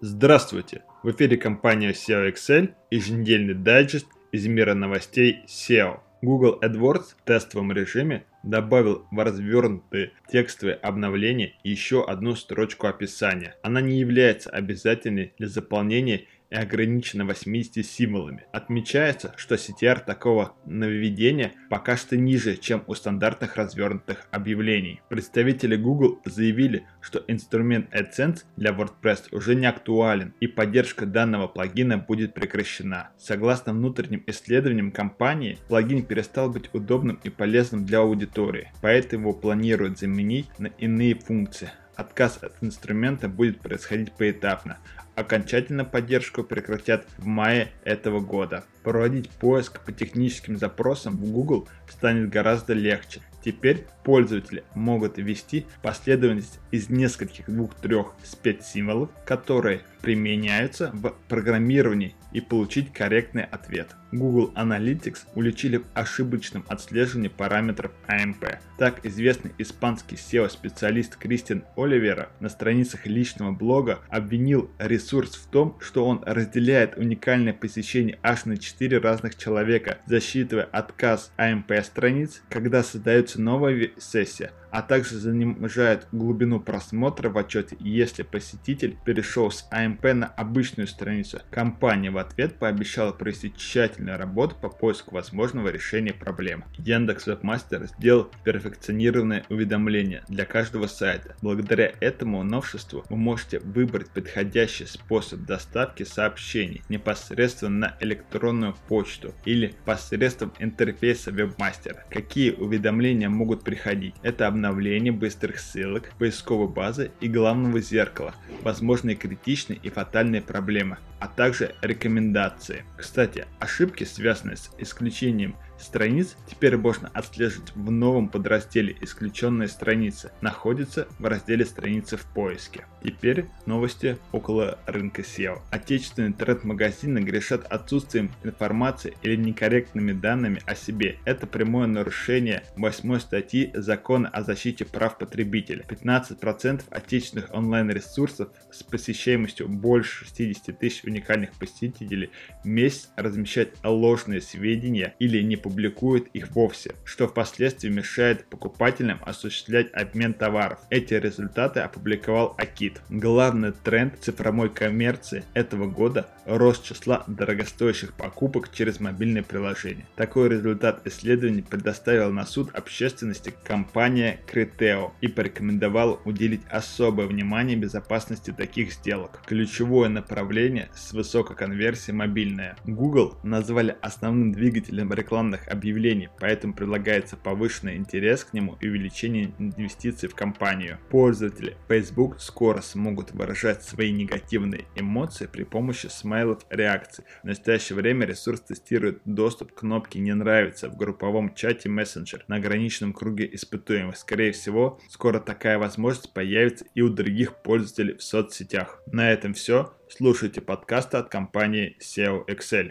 Здравствуйте! В эфире компания SEO Excel, еженедельный дайджест из мира новостей SEO. Google AdWords в тестовом режиме добавил в развернутые текстовые обновления еще одну строчку описания. Она не является обязательной для заполнения и ограничена 80 символами. Отмечается, что CTR такого нововведения пока что ниже, чем у стандартных развернутых объявлений. Представители Google заявили, что инструмент AdSense для WordPress уже не актуален и поддержка данного плагина будет прекращена. Согласно внутренним исследованиям компании, плагин перестал быть удобным и полезным для аудитории, поэтому его планируют заменить на иные функции. Отказ от инструмента будет происходить поэтапно. Окончательно поддержку прекратят в мае этого года. Проводить поиск по техническим запросам в Google станет гораздо легче. Теперь пользователи могут ввести последовательность из нескольких 2-3 спецсимволов, которые применяются в программировании, и получить корректный ответ. Google Analytics уличили в ошибочном отслеживании параметров AMP. Так, известный испанский SEO-специалист Кристиан Оливера на страницах личного блога обвинил ресурс в том, что он разделяет уникальное посещение аж на 4 разных человека, засчитывая отказ AMP страниц, когда создается новая сессия, а также занижает глубину просмотра в отчете, если посетитель перешел с AMP на обычную страницу. Компания в ответ пообещала провести тщательную работу по поиску возможного решения проблемы. Яндекс.Вебмастер сделал перфекционированное уведомление для каждого сайта. Благодаря этому новшеству вы можете выбрать подходящий способ доставки сообщений непосредственно на электронную почту или посредством интерфейса Вебмастера. Какие уведомления могут приходить? Это обновление быстрых ссылок, поисковой базы и главного зеркала, возможные критичные и фатальные проблемы, а также рекомендации. Кстати, ошибки, связанные с исключением страниц, теперь можно отслеживать в новом подразделе «Исключенные страницы», находится в разделе «Страницы в поиске». Теперь новости около рынка SEO. Отечественные интернет-магазины грешат отсутствием информации или некорректными данными о себе. Это прямое нарушение 8 статьи Закона о защите прав потребителя. 15% отечественных онлайн-ресурсов с посещаемостью больше 60 тысяч уникальных посетителей в месяц размещают ложные сведения или не публикуют их вовсе, что впоследствии мешает покупателям осуществлять обмен товаров. Эти результаты опубликовал Акит. Главный тренд цифровой коммерции этого года – рост числа дорогостоящих покупок через мобильные приложения. Такой результат исследований предоставила на суд общественности компания Criteo и порекомендовала уделить особое внимание безопасности таких сделок. Ключевое направление с высокой конверсией мобильное. Google назвали основным двигателем рекламных объявлений, поэтому предлагается повышенный интерес к нему и увеличение инвестиций в компанию. Пользователи Facebook скоро смогут выражать свои негативные эмоции при помощи смайлов реакций. В настоящее время ресурс тестирует доступ к кнопке «Не нравится» в групповом чате Messenger на ограниченном круге испытуемых. Скорее всего, скоро такая возможность появится и у других пользователей в соцсетях. На этом все. Слушайте подкасты от компании SEO Excel.